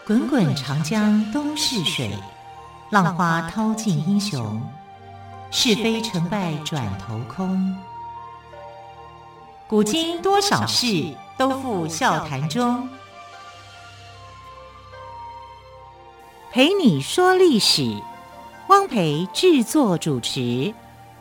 滚滚长江东逝水，浪花淘尽英雄。是非成败转头空。古今多少事，都付笑谈中。陪你说历史，汪培制作主持。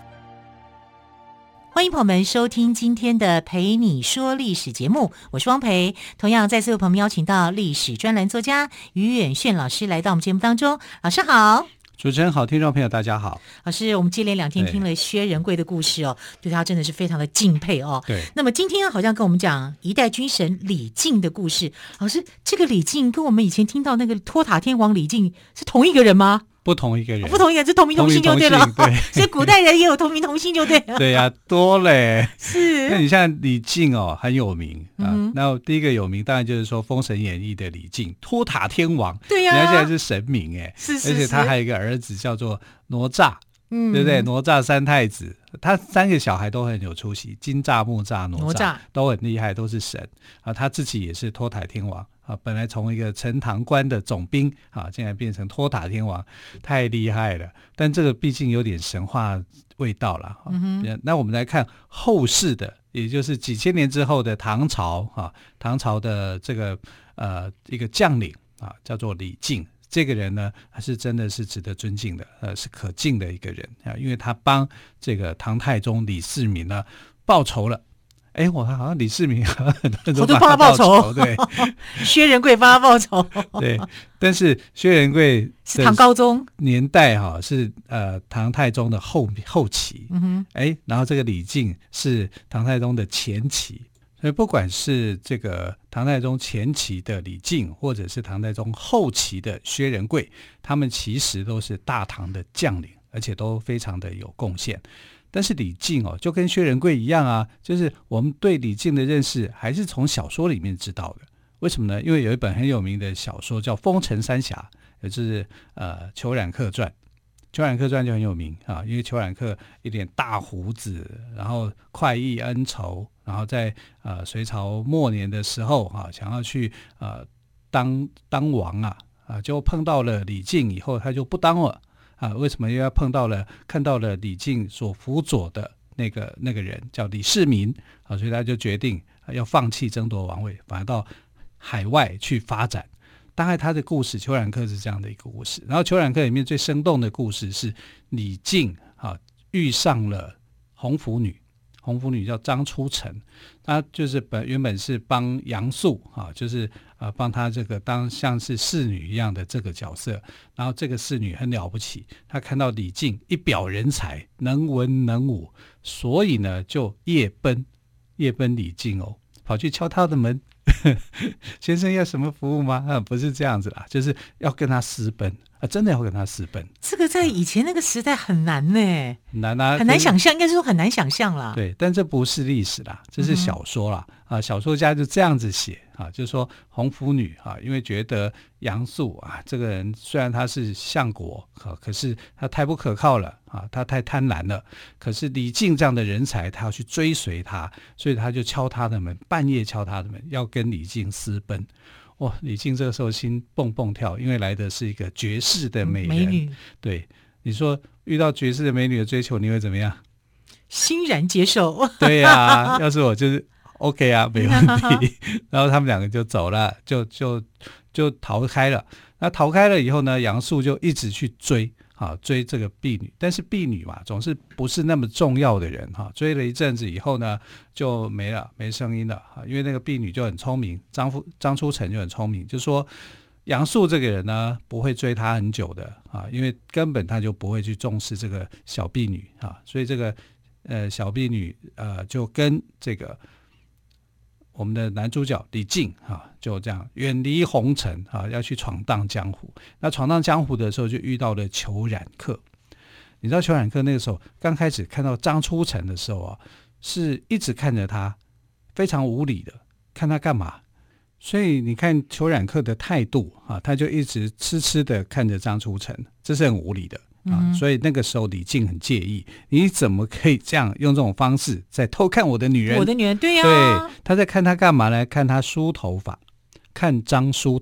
欢迎朋友们收听今天的陪你说历史节目，我是汪培。同样再次为朋友们邀请到历史专栏作家于远炫老师来到我们节目当中。老师好。 主持人好，听众朋友大家好。 老师，我们接连2天听了薛仁贵的故事哦，对他真的是非常的敬佩哦。 对。 那么今天好像跟我们讲一代军神李靖的故事。老师，这个李靖跟我们以前听到那个托塔天王李靖是同一个人吗？ 不同一个人， 不同一个人，是同名同姓就对了。 对， 所以古代人也有同名同姓就对了。 对呀，多嘞。 是。 那你像李靖哦，很有名啊。那第一个有名，当然就是说《封神演义》的李靖，托塔天王。 对呀， 人家现在是神明哎。 是。 而且他还有一个儿子叫做哪吒，对不对？哪吒三太子，他3个小孩都很有出息，金吒、木吒、哪吒都很厉害，都是神啊。他自己也是托塔天王。本来从一个陈塘关的总兵现在变成托塔天王，太厉害了。但这个毕竟有点神话味道了。那我们来看后世的，也就是几千年之后的唐朝唐朝的这个一个将领叫做李靖。这个人呢，还是真的是值得尊敬的，是可敬的一个人因为他帮这个唐太宗李世民呢报仇了。我看好像李世民很多人都帮他报仇，对， 薛仁贵帮他报仇， 对。但是薛仁贵是唐高宗年代是唐太宗的后期，然后这个李靖是唐太宗的前期，所以不管是这个唐太宗前期的李靖，或者是唐太宗后期的薛仁贵，他们其实都是大唐的将领，而且都非常的有贡献。但是李靖就跟薛仁贵一样就是我们对李靖的认识还是从小说里面知道的。为什么呢？因为有一本很有名的小说叫《风尘三侠》，也就是裘冉克传。裘冉克传就很有名因为裘冉克一点大胡子，然后快意恩仇，然后在隋朝末年的时候想要去当王就碰到了李靖以后，他就不当了。为什么又要看到了李靖所辅佐的那个人叫李世民所以他就决定要放弃争夺王位，反而到海外去发展。大概他的故事裘冉克是这样的一个故事。然后裘冉克里面最生动的故事是李靖遇上了红拂女，红拂女叫张出尘，她就是原本是帮杨素就是帮她这个当像是侍女一样的这个角色。然后这个侍女很了不起，她看到李靖一表人才，能文能武，所以呢就夜奔李靖跑去敲他的门先生要什么服务吗？不是这样子啦，就是要跟他私奔真的要跟他私奔。 这个在以前那个时代很难呢， 很难很难想象，应该是说很难想象啦。 对，但这不是历史啦，这是小说啦小说家就这样子写就是说红拂女因为觉得杨素这个人虽然他是相国可是他太不可靠了他太贪婪了。可是李靖这样的人才，他要去追随他，所以他就敲他的门，半夜敲他的门，要跟李靖私奔。李靖这个时候心蹦蹦跳，因为来的是一个绝世的美女。对，你说遇到绝世的美女的追求，你会怎么样？ 欣然接受。 对呀要是我就是 OK 没问题然后他们2个就走了，就逃开了。那逃开了以后呢，杨素就一直去追这个婢女。但是婢女嘛，总是不是那么重要的人追了一阵子以后呢，就没声音了因为那个婢女就很聪明，张出尘就很聪明，就说杨素这个人呢不会追他很久的因为根本他就不会去重视这个小婢女所以这个小婢女就跟这个我们的男主角李靖就这样远离红尘要去闯荡江湖。那闯荡江湖的时候就遇到了裘冉克。你知道裘冉克那个时候刚开始看到张出尘的时候是一直看着他，非常无理的看他干嘛。所以你看裘冉克的态度他就一直痴痴的看着张出尘，这是很无理的所以那个时候李靖很介意，你怎么可以这样用这种方式在偷看我的女人？ 我的女人，对呀。 对，他在看他干嘛呢？看他梳头发，看张梳头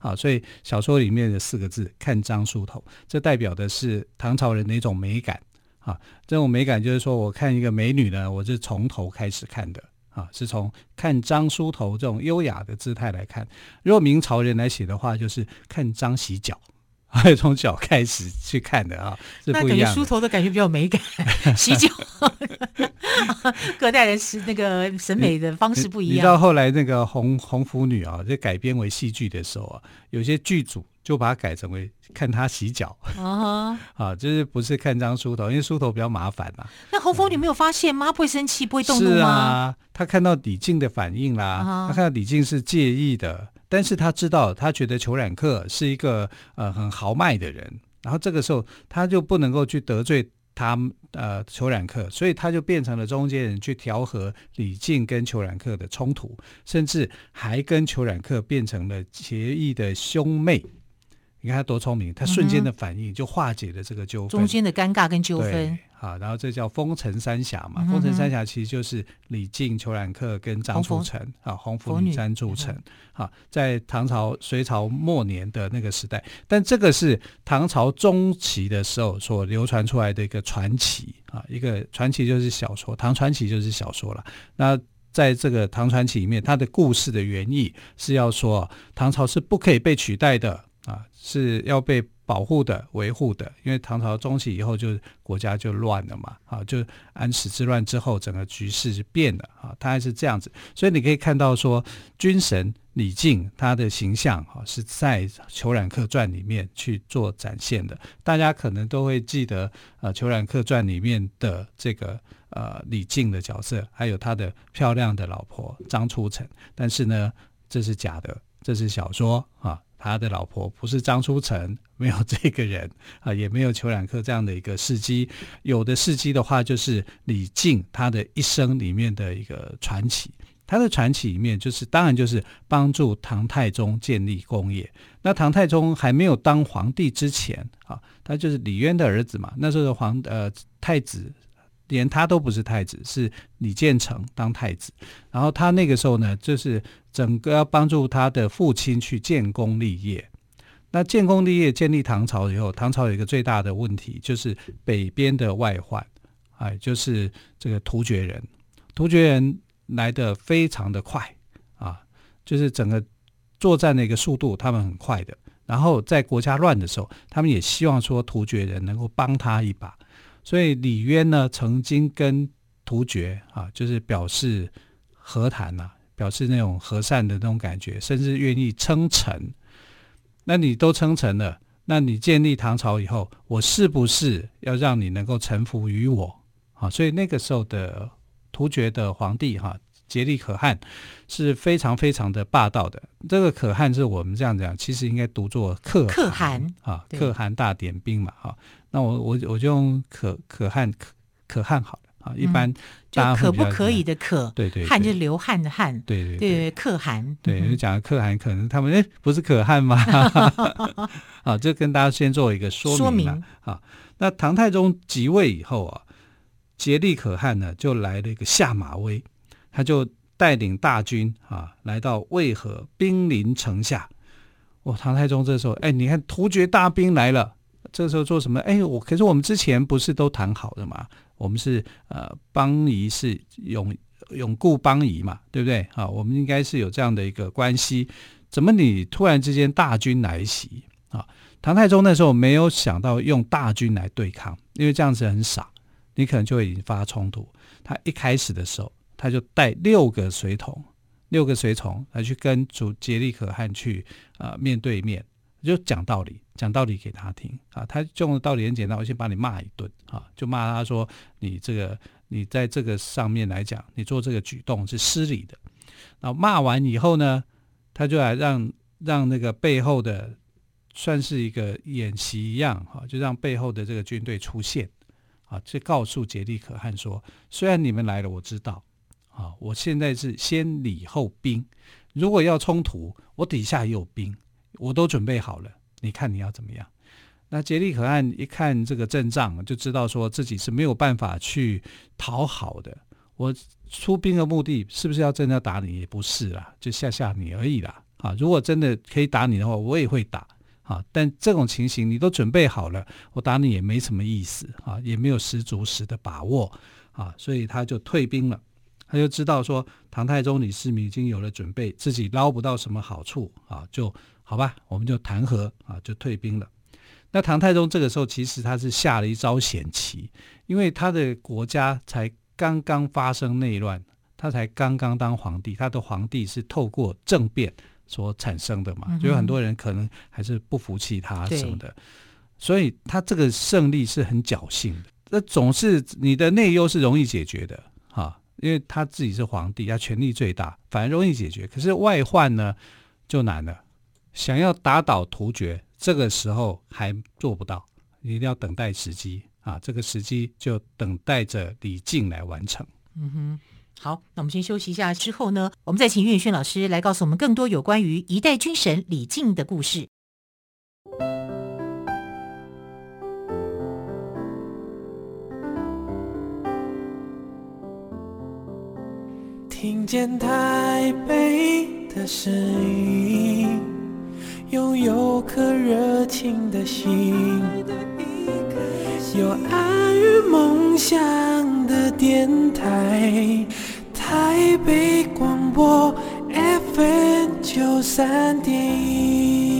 所以小说里面的4个字看张梳头，这代表的是唐朝人的一种美感这种美感就是说我看一个美女呢，我是从头开始看的是从看张梳头这种优雅的姿态来看。如果明朝人来写的话，就是看张洗脚，从脚开始去看的是不一样的。 那感觉梳头的感觉比较美感，洗脚各代人是那个审美的方式不一样。 你知道后来那个红拂女就改编为戏剧的时候有些剧组就把它改成为看她洗脚就是不是看张梳头，因为梳头比较麻烦那红拂女没有发现吗？不会生气不会动怒吗？ 是啊，她看到李靖的反应啦，她看到李靖是介意的，但是她知道她觉得裘冉克是一个很豪迈的人，然后这个时候她就不能够去得罪他裘冉克，所以他就变成了中间人去调和李靖跟裘冉克的冲突，甚至还跟裘冉克变成了结义的兄妹。你看他多聪明，他瞬间的反应就化解了这个纠纷， 中间的尴尬跟纠纷。 然后这叫风尘三侠嘛，风尘三侠其实就是李靖、裘冉克跟张楚成红拂女张楚成在唐朝隋朝末年的那个时代，但这个是唐朝中期的时候所流传出来的一个传奇一个传奇就是小说，唐传奇就是小说了。那在这个唐传奇里面，它的故事的原意是要说唐朝是不可以被取代的是要被保护的维护的，因为唐朝中期以后就国家就乱了嘛就安史之乱之后整个局势就变了大概是这样子。所以你可以看到说军神李靖他的形象是在裘冉克传里面去做展现的。大家可能都会记得裘冉克传里面的这个李靖的角色，还有他的漂亮的老婆张楚成，但是呢这是假的，这是小说他的老婆不是张楚成，没有这个人也没有裘冉克这样的一个事迹。有的事迹的话就是李靖他的一生里面的一个传奇，他的传奇里面当然就是帮助唐太宗建立功业。那唐太宗还没有当皇帝之前他就是李渊的儿子嘛，那时候的太子连他都不是太子，是李建成当太子。然后他那个时候呢，就是整个要帮助他的父亲去建功立业。那建功立业建立唐朝以后，唐朝有一个最大的问题，就是北边的外患就是这个突厥人。突厥人来得非常的快就是整个作战的一个速度他们很快的。然后在国家乱的时候，他们也希望说突厥人能够帮他一把。所以李渊呢曾经跟突厥就是表示和谈表示那种和善的那种感觉，甚至愿意称臣。那你都称臣了，那你建立唐朝以后，我是不是要让你能够臣服于我所以那个时候的突厥的皇帝颉利可汗是非常非常的霸道的。这个可汗是我们这样讲，其实应该读作可汗可汗大点兵嘛那我就用可汗好了一般大家就可不可以的可， 对对， 汗就是流汗的汗， 对对对， 可汗， 对，就讲可汗，可能他们不是可汗吗？这跟大家先做一个说明那唐太宗即位以后颉利可汗呢就来了一个下马威，他就带领大军来到渭河，兵临城下。唐太宗这时候你看突厥大兵来了，这时候做什么？可是我们之前不是都谈好的嘛？我们是邦谊是永固邦谊嘛，对不对我们应该是有这样的一个关系，怎么你突然之间大军来袭唐太宗那时候没有想到用大军来对抗，因为这样子很傻，你可能就会引发冲突。他一开始的时候他就带6个随从来去跟颉利可汗去面对面，就讲道理给他听他用的道理很简单，我先把你骂一顿就骂他说你在这个上面来讲，你做这个举动是失礼的。然后骂完以后呢，他就来让那个背后的算是一个演习一样就让背后的这个军队出现就告诉颉利可汗说，虽然你们来了我知道我现在是先礼后兵，如果要冲突我底下也有兵，我都准备好了，你看你要怎么样。那颉利可汗一看这个阵仗，就知道说自己是没有办法去讨好的，我出兵的目的是不是要真的打你，也不是啦，就吓吓你而已啦如果真的可以打你的话，我也会打但这种情形你都准备好了，我打你也没什么意思也没有十足十的把握所以他就退兵了。他就知道说唐太宗李世民已经有了准备，自己捞不到什么好处就好吧，我们就谈和就退兵了。那唐太宗这个时候其实他是下了一招险棋，因为他的国家才刚刚发生内乱，他才刚刚当皇帝，他的皇帝是透过政变所产生的嘛，所以很多人可能还是不服气他什么的，所以他这个胜利是很侥幸的。那总是你的内忧是容易解决的因为他自己是皇帝，他权力最大，反而容易解决。可是外患呢就难了，想要打倒突厥，这个时候还做不到，一定要等待时机这个时机就等待着李靖来完成。 好，那我们先休息一下，之后呢，我们再请岳轩老师来告诉我们更多有关于一代军神李靖的故事。 听见台北的声音，拥有颗热情的心，有爱与梦想的电台，台北广播 FM93.1。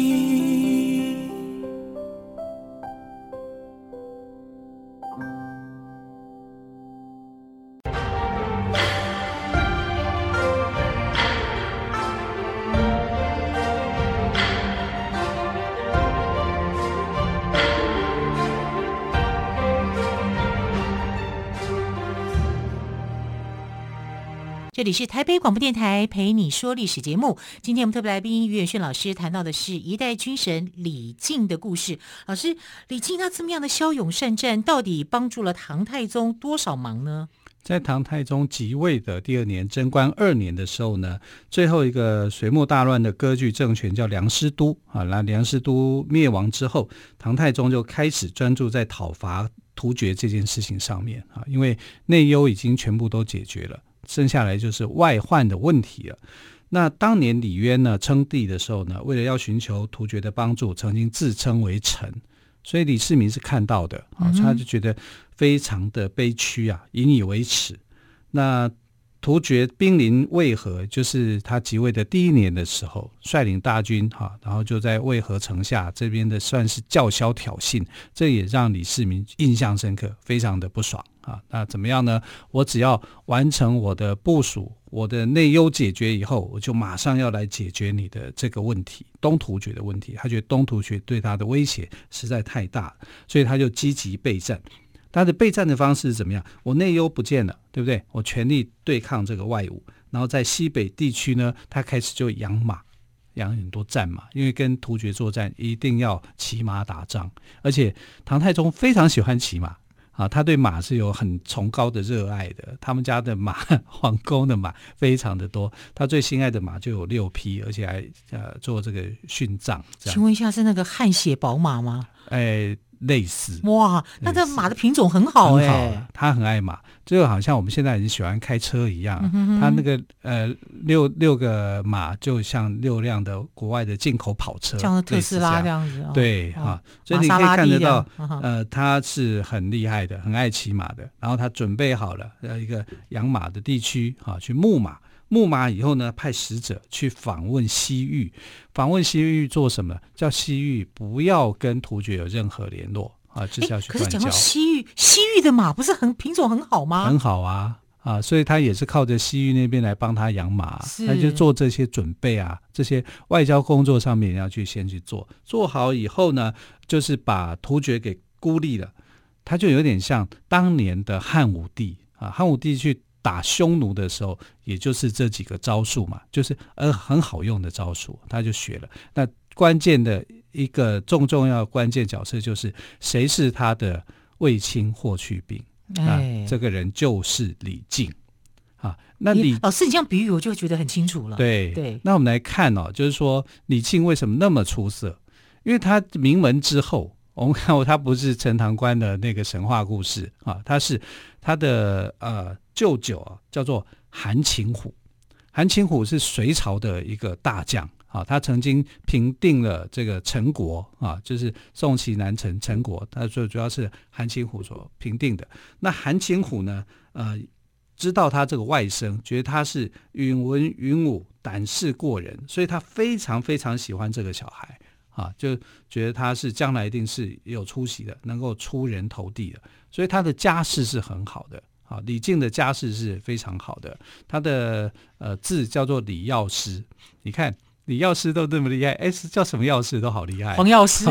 这里是台北广播电台陪你说历史节目，今天我们特别来宾于远炫老师谈到的是一代军神李靖的故事。老师，李靖他这么样的骁勇善战，到底帮助了唐太宗多少忙呢？ 在唐太宗即位的第2年贞观2年的时候呢，最后一个水墨大乱的割据政权叫梁师都那梁师都灭亡之后，唐太宗就开始专注在讨伐突厥这件事情上面因为内忧已经全部都解决了，剩下来就是外患的问题了。那当年李渊呢称帝的时候呢，为了要寻求突厥的帮助，曾经自称为臣，所以李世民是看到的所以他就觉得非常的悲屈引以为耻。那突厥兵临渭河，就是他即位的第1年的时候，率领大军然后就在渭河城下这边的算是叫嚣挑衅，这也让李世民印象深刻，非常的不爽那怎么样呢？我只要完成我的部署，我的内忧解决以后，我就马上要来解决你的这个问题，东突厥的问题。他觉得东突厥对他的威胁实在太大，所以他就积极备战。他的备战的方式是怎么样？我内忧不见了，对不对？我全力对抗这个外侮，然后在西北地区呢，他开始就养马，养很多战马，因为跟突厥作战一定要骑马打仗，而且唐太宗非常喜欢骑马他对马是有很崇高的热爱的，他们家的马，皇宫的马非常的多，他最心爱的马就有6匹，而且还做这个殉葬。 请问一下，是那个汗血宝马吗？ 类似。 哇，那这马的品种很好很好，他很爱马，就好像我们现在很喜欢开车一样，他那个六个马就像6辆的国外的进口跑车， 像特斯拉这样子对所以你可以看得到他是很厉害的，很爱骑马的。然后他准备好了一个养马的地区去牧马，牧马以后呢，派使者去访问西域。访问西域做什么？叫西域不要跟突厥有任何联络这是要去断交。 可是讲到西域的马不是品种很好吗？ 很好所以他也是靠着西域那边来帮他养马，他就做这些准备这些外交工作上面要先去做好以后呢，就是把突厥给孤立了。他就有点像当年的汉武帝汉武帝去打匈奴的时候，也就是这几个招数嘛，就是很好用的招数，他就学了。那关键的一个重要的关键角色就是谁是他的卫青霍去病这个人就是李靖那老师你这样比喻我就觉得很清楚了。 对，那我们来看就是说李靖为什么那么出色？因为他名门之后，我们看他不是陈塘关的那个神话故事他是他的舅舅叫做韩擒虎。 韩擒虎是隋朝的一个大将啊，他曾经平定了这个陈国啊，就是宋齐南陈陈国，他最主要是韩擒虎所平定的。那韩擒虎呢，知道他这个外甥，觉得他是允文允武，胆识过人，所以他非常非常喜欢这个小孩啊，就觉得他是将来一定是有出息的，能够出人头地的，所以他的家世是很好的。李靖的家世是非常好的，他的字叫做李药师。你看李药师都这么厉害，叫什么药师都好厉害。 黄药师，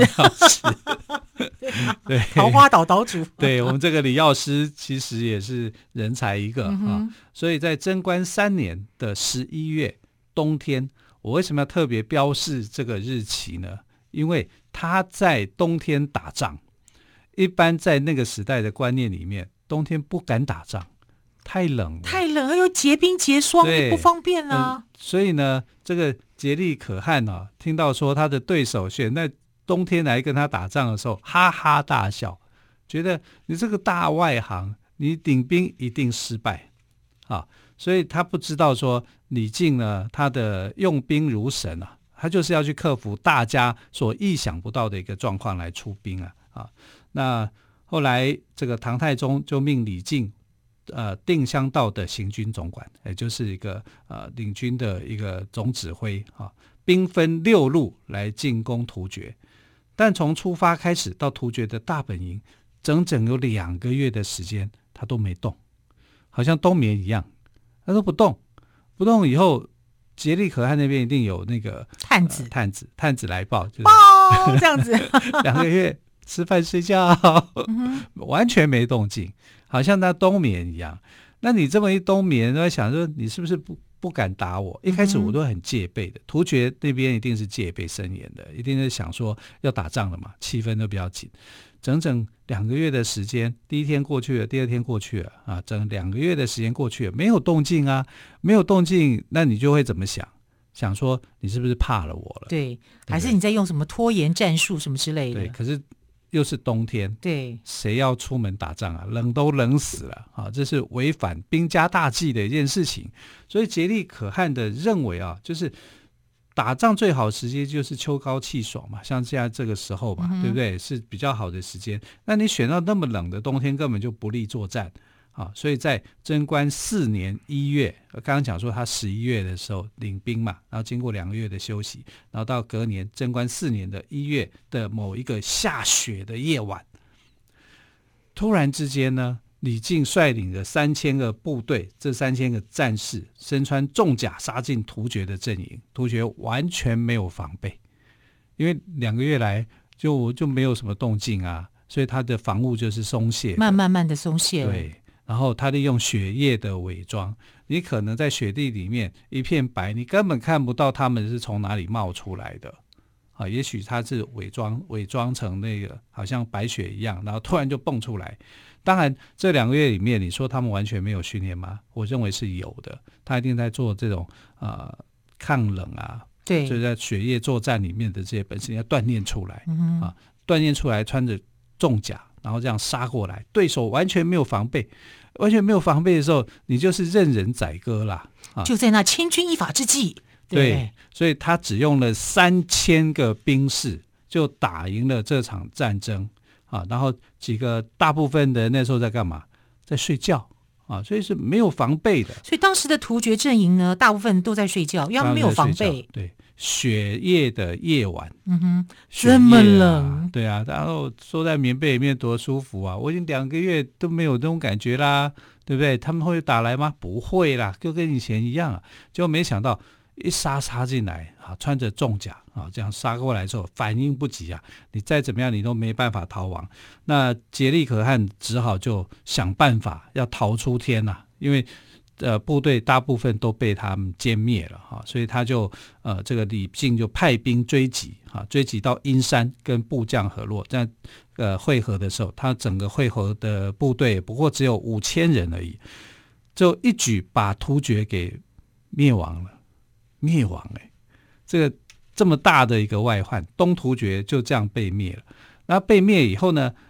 对， 桃花岛岛主。 对，我们这个李药师其实也是人才一个所以在贞观3年的11月冬天，我为什么要特别标示这个日期呢？因为他在冬天打仗，一般在那个时代的观念里面，冬天不敢打仗，太冷了， 太冷，又结冰结霜，不方便啊。 所以呢，这个竭力可汗啊，听到说他的对手选在冬天来跟他打仗的时候，哈哈大笑，觉得你这个大外行，你领兵一定失败啊。所以他不知道说李靖呢，他的用兵如神啊，他就是要去克服大家所意想不到的一个状况来出兵啊。那后来这个唐太宗就命李靖定襄道的行军总管，也就是一个领军的一个总指挥啊，兵分6路来进攻突厥。但从出发开始到突厥的大本营，整整有2个月的时间，他都没动，好像冬眠一样，他都不动。不动以后，竭力可汗那边一定有那个探子来报，就是这样子 2个月。吃饭睡觉完全没动静，好像他冬眠一样。那你这么一冬眠，我想说你是不是不敢打我？一开始我都很戒备的，突厥那边一定是戒备森严的，一定是想说要打仗了嘛，气氛都比较紧。整整2个月的时间，第一天过去了，第二天过去了啊，整2个月的时间过去了，没有动静啊，没有动静，那你就会怎么想？想说你是不是怕了我了？ 对，还是你在用什么拖延战术什么之类的？ 对，可是又是冬天， 对， 谁要出门打仗啊？冷都冷死了啊！这是违反兵家大忌的一件事情。所以竭力可汗的认为啊，就是打仗最好时间就是秋高气爽嘛，像现在这个时候嘛，对不对？是比较好的时间。那你选到那么冷的冬天，根本就不利作战啊！所以在贞观4年1月，刚刚讲说他11月的时候领兵嘛，然后经过2个月的休息，然后到隔年贞观4年的1月的某一个下雪的夜晚，突然之间呢，李靖率领着3000个部队，这3000个战士身穿重甲杀进突厥的阵营，突厥完全没有防备，因为2个月来就没有什么动静啊，所以他的防务就是松懈，慢慢的松懈了。 对。然后他利用雪夜的伪装，你可能在雪地里面一片白，你根本看不到他们是从哪里冒出来的啊。也许他是伪装成那个好像白雪一样，然后突然就蹦出来。当然这2个月里面，你说他们完全没有训练吗？我认为是有的，他一定在做这种抗冷啊， 对， 就在雪夜作战里面的这些本事要锻炼出来啊，锻炼出来穿着重甲，然后这样杀过来，对手完全没有防备。完全没有防备的时候，你就是任人宰割啦就在那千钧一发之际， 对，所以他只用了3000个兵士就打赢了这场战争啊。然后几个大部分的那时候在干嘛？在睡觉啊，所以是没有防备的。 所以当时的突厥阵营呢，大部分都在睡觉，因为他们没有防备。 对，雪夜的夜晚， 这么冷， 对啊，然后缩在棉被里面多舒服啊！我已经2个月都没有这种感觉啦，对不对？他们会打来吗？不会啦，就跟以前一样啊。结果没想到一杀进来啊，穿着重甲啊，这样杀过来之后，反应不及啊，你再怎么样你都没办法逃亡。那竭力可汗只好就想办法要逃出天啊，因为部队大部分都被他们歼灭了哈，所以他就这个李靖就派兵追击啊，追击到阴山跟部将河洛，这样会合的时候，他整个会合的部队不过只有5000人而已，就一举把突厥给灭亡了，这个这么大的一个外患，东突厥就这样被灭了。那被灭以后呢，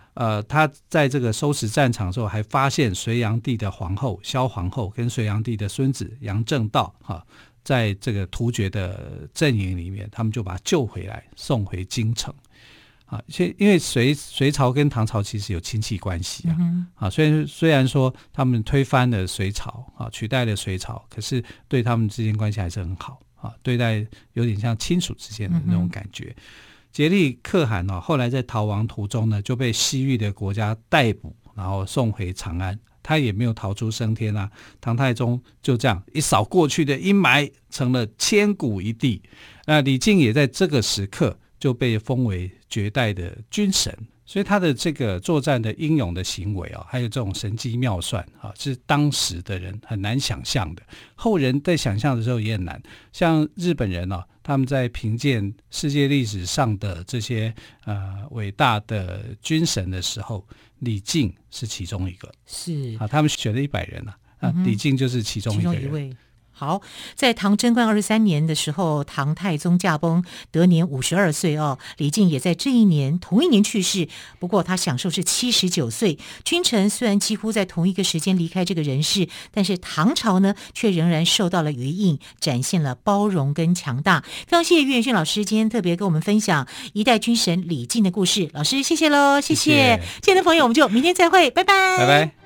他在这个收拾战场的时候，还发现隋炀帝的皇后萧皇后跟隋炀帝的孙子杨正道在这个突厥的阵营里面，他们就把他救回来，送回京城。因为隋朝跟唐朝其实有亲戚关系虽然说他们推翻了隋朝取代了隋朝，可是对他们之间关系还是很好对待有点像亲属之间的那种感觉。颉利可汗后来在逃亡途中呢，就被西域的国家逮捕，然后送回长安。他也没有逃出升天唐太宗就这样一扫过去的阴霾，成了千古一帝。那李靖也在这个时刻就被封为绝代的军神，所以他的这个作战的英勇的行为还有这种神机妙算是当时的人很难想象的，后人在想象的时候也很难。像日本人他们在评鉴世界历史上的这些伟大的军神的时候，李靖是其中一个， 是他们选了100人李靖就是其中一个人。 好，在唐贞观23年的时候，唐太宗驾崩，得年52岁李靖也在这一年同一年去世，不过他享受是79岁。君臣虽然几乎在同一个时间离开这个人世，但是唐朝呢却仍然受到了余荫，展现了包容跟强大。非常谢谢岳元勋老师今天特别跟我们分享一代军神李靖的故事，老师谢谢喽，谢谢。亲爱的朋友，我们就明天再会，拜拜， 拜拜。